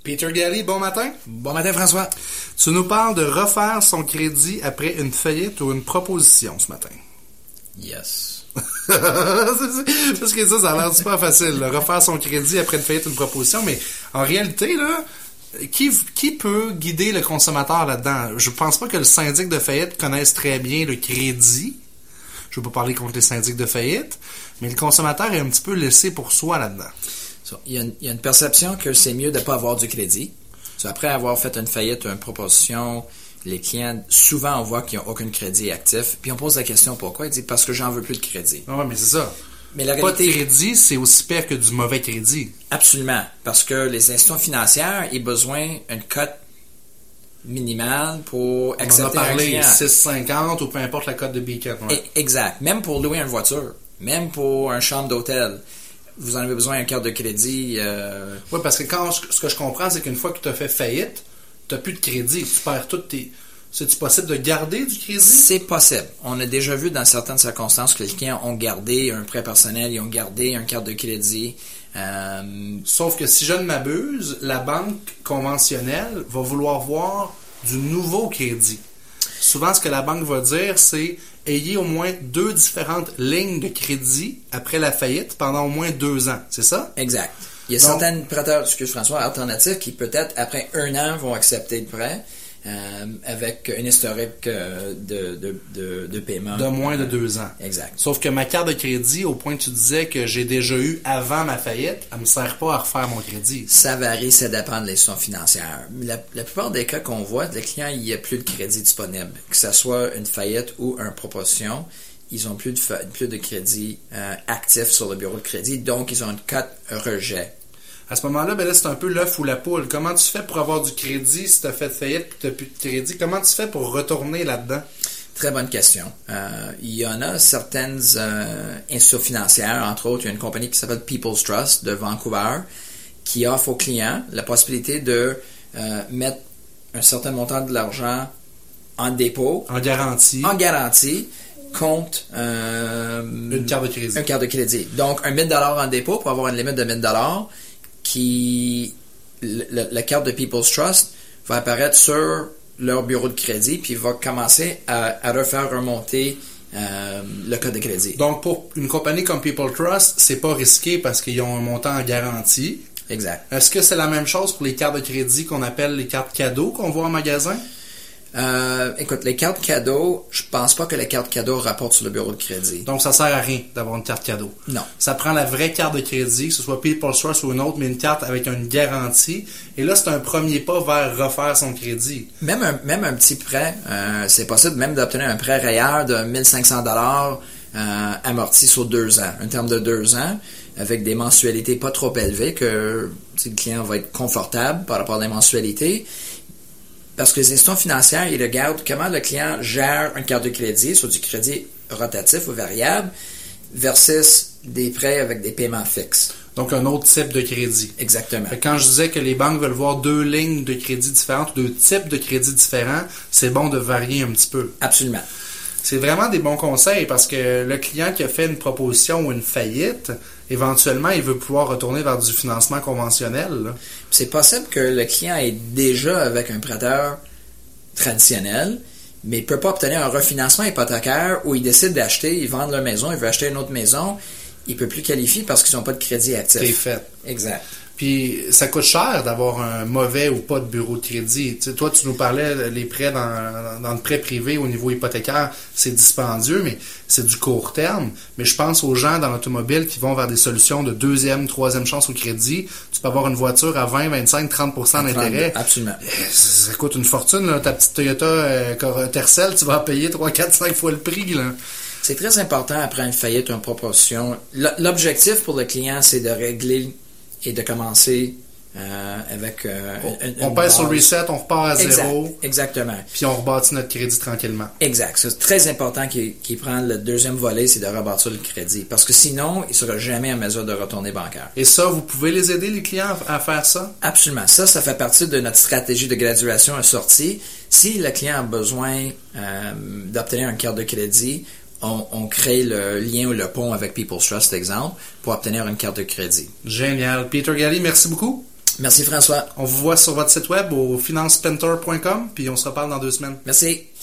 Peter Galli, bon matin. Bon matin, François. Tu nous parles de refaire son crédit après une faillite ou une proposition ce matin. Yes. Parce que ça a l'air super facile, là, refaire son crédit après une faillite ou une proposition, mais en réalité, là, qui peut guider le consommateur là-dedans? Je pense pas que le syndic de faillite connaisse très bien le crédit. Je veux pas parler contre les syndics de faillite, mais le consommateur est un petit peu laissé pour soi là-dedans. Il y a une perception que c'est mieux de ne pas avoir du crédit. Après avoir fait une faillite ou une proposition, les clients, souvent, on voit qu'ils n'ont aucun crédit actif. Puis on pose la question pourquoi. Ils disent parce que j'en veux plus de crédit. Ah ouais, mais c'est ça. Mais la pas réalité, de crédit, c'est aussi pire que du mauvais crédit. Absolument. Parce que les institutions financières, ils ont besoin d'une cote minimale pour accepter un client. On a parlé 6,50 ou peu importe la cote de Beacon. Ouais. Exact. Même pour louer une voiture. Même pour une chambre d'hôtel. Vous en avez besoin d'une carte de crédit. Oui, parce que ce que je comprends, c'est qu'une fois que tu as fait faillite, tu n'as plus de crédit. Tu perds toutes tes... C'est-tu possible de garder du crédit? C'est possible. On a déjà vu dans certaines circonstances que les clients ont gardé un prêt personnel, ils ont gardé une carte de crédit. Sauf que si je ne m'abuse, la banque conventionnelle va vouloir voir du nouveau crédit. Souvent, ce que la banque va dire, c'est ayez au moins 2 différentes lignes de crédit après la faillite pendant au moins 2 ans. C'est ça? Exact. Il y a certains prêteurs, excuse François, alternatifs qui peut-être après 1 an vont accepter le prêt avec un historique de paiement. De moins de 2 ans. Exact. Sauf que ma carte de crédit, au point que tu disais que j'ai déjà eu avant ma faillite, elle me sert pas à refaire mon crédit. Ça varie, ça dépend de l'institution financière. La plupart des cas qu'on voit, les clients, il n'y a plus de crédit disponible. Que ce soit une faillite ou une proposition, ils n'ont plus de crédit actif sur le bureau de crédit, donc ils ont une cote rejet. À ce moment-là, ben là, c'est un peu l'œuf ou la poule. Comment tu fais pour avoir du crédit si tu as fait faillite et que tu n'as plus de crédit? Comment tu fais pour retourner là-dedans? Très bonne question. Il y en a certaines institutions financières, entre autres, il y a une compagnie qui s'appelle People's Trust de Vancouver qui offre aux clients la possibilité de mettre un certain montant de l'argent en dépôt. En garantie. Contre une carte de crédit. Une carte de crédit. Donc, un 1000$ en dépôt pour avoir une limite de 1000$ qui... La carte de People's Trust va apparaître sur leur bureau de crédit puis va commencer à refaire remonter le code de crédit. Donc, pour une compagnie comme People Trust, c'est pas risqué parce qu'ils ont un montant en garantie. Exact. Est-ce que c'est la même chose pour les cartes de crédit qu'on appelle les cartes cadeaux qu'on voit en magasin? Écoute, les cartes cadeaux, je pense pas que les cartes cadeaux rapportent sur le bureau de crédit. Donc, ça sert à rien d'avoir une carte cadeau. Non. Ça prend la vraie carte de crédit, que ce soit People's Trust ou une autre, mais une carte avec une garantie. Et là, c'est un premier pas vers refaire son crédit. Même un petit prêt, c'est possible même d'obtenir un prêt REER de 1500$ amorti sur 2 ans. Un terme de 2 ans, avec des mensualités pas trop élevées, que le client va être confortable par rapport à des mensualités. Parce que les institutions financières, ils regardent comment le client gère une carte de crédit, sur du crédit rotatif ou variable, versus des prêts avec des paiements fixes. Donc, un autre type de crédit. Exactement. Quand je disais que les banques veulent voir 2 lignes de crédit différentes, 2 types de crédits différents, c'est bon de varier un petit peu. Absolument. C'est vraiment des bons conseils parce que le client qui a fait une proposition ou une faillite, éventuellement, il veut pouvoir retourner vers du financement conventionnel. Là. C'est possible que le client est déjà avec un prêteur traditionnel, mais il ne peut pas obtenir un refinancement hypothécaire où il décide d'acheter, il vend leur maison, il veut acheter une autre maison, il ne peut plus qualifier parce qu'ils n'ont pas de crédit actif. C'est fait. Exact. Puis, ça coûte cher d'avoir un mauvais ou pas de bureau de crédit. Tu sais, toi, tu nous parlais les prêts dans le prêt privé au niveau hypothécaire, c'est dispendieux, mais c'est du court terme. Mais je pense aux gens dans l'automobile qui vont vers des solutions de 2e, 3e chance au crédit. Tu peux avoir une voiture à 20, 25, 30% d'intérêt. Absolument. Ça coûte une fortune, là. Ta petite Toyota Tercel, tu vas payer 3, 4, 5 fois le prix, là. C'est très important après une faillite ou une proposition. L'objectif pour le client, c'est de régler et de commencer avec on pèse sur le reset, on repart à zéro. Exactement. Puis on rebâtit notre crédit tranquillement. Exact. C'est très important qu'il prenne le 2e volet, c'est de rebâtir le crédit. Parce que sinon, il ne sera jamais en mesure de retourner bancaire. Et ça, vous pouvez les aider, les clients, à faire ça? Absolument. Ça fait partie de notre stratégie de graduation à sortie. Si le client a besoin d'obtenir une carte de crédit, on crée le lien ou le pont avec People's Trust, exemple, pour obtenir une carte de crédit. Génial. Peter Galli, merci beaucoup. Merci François. On vous voit sur votre site web au financepentor.com, puis on se reparle dans 2 semaines. Merci.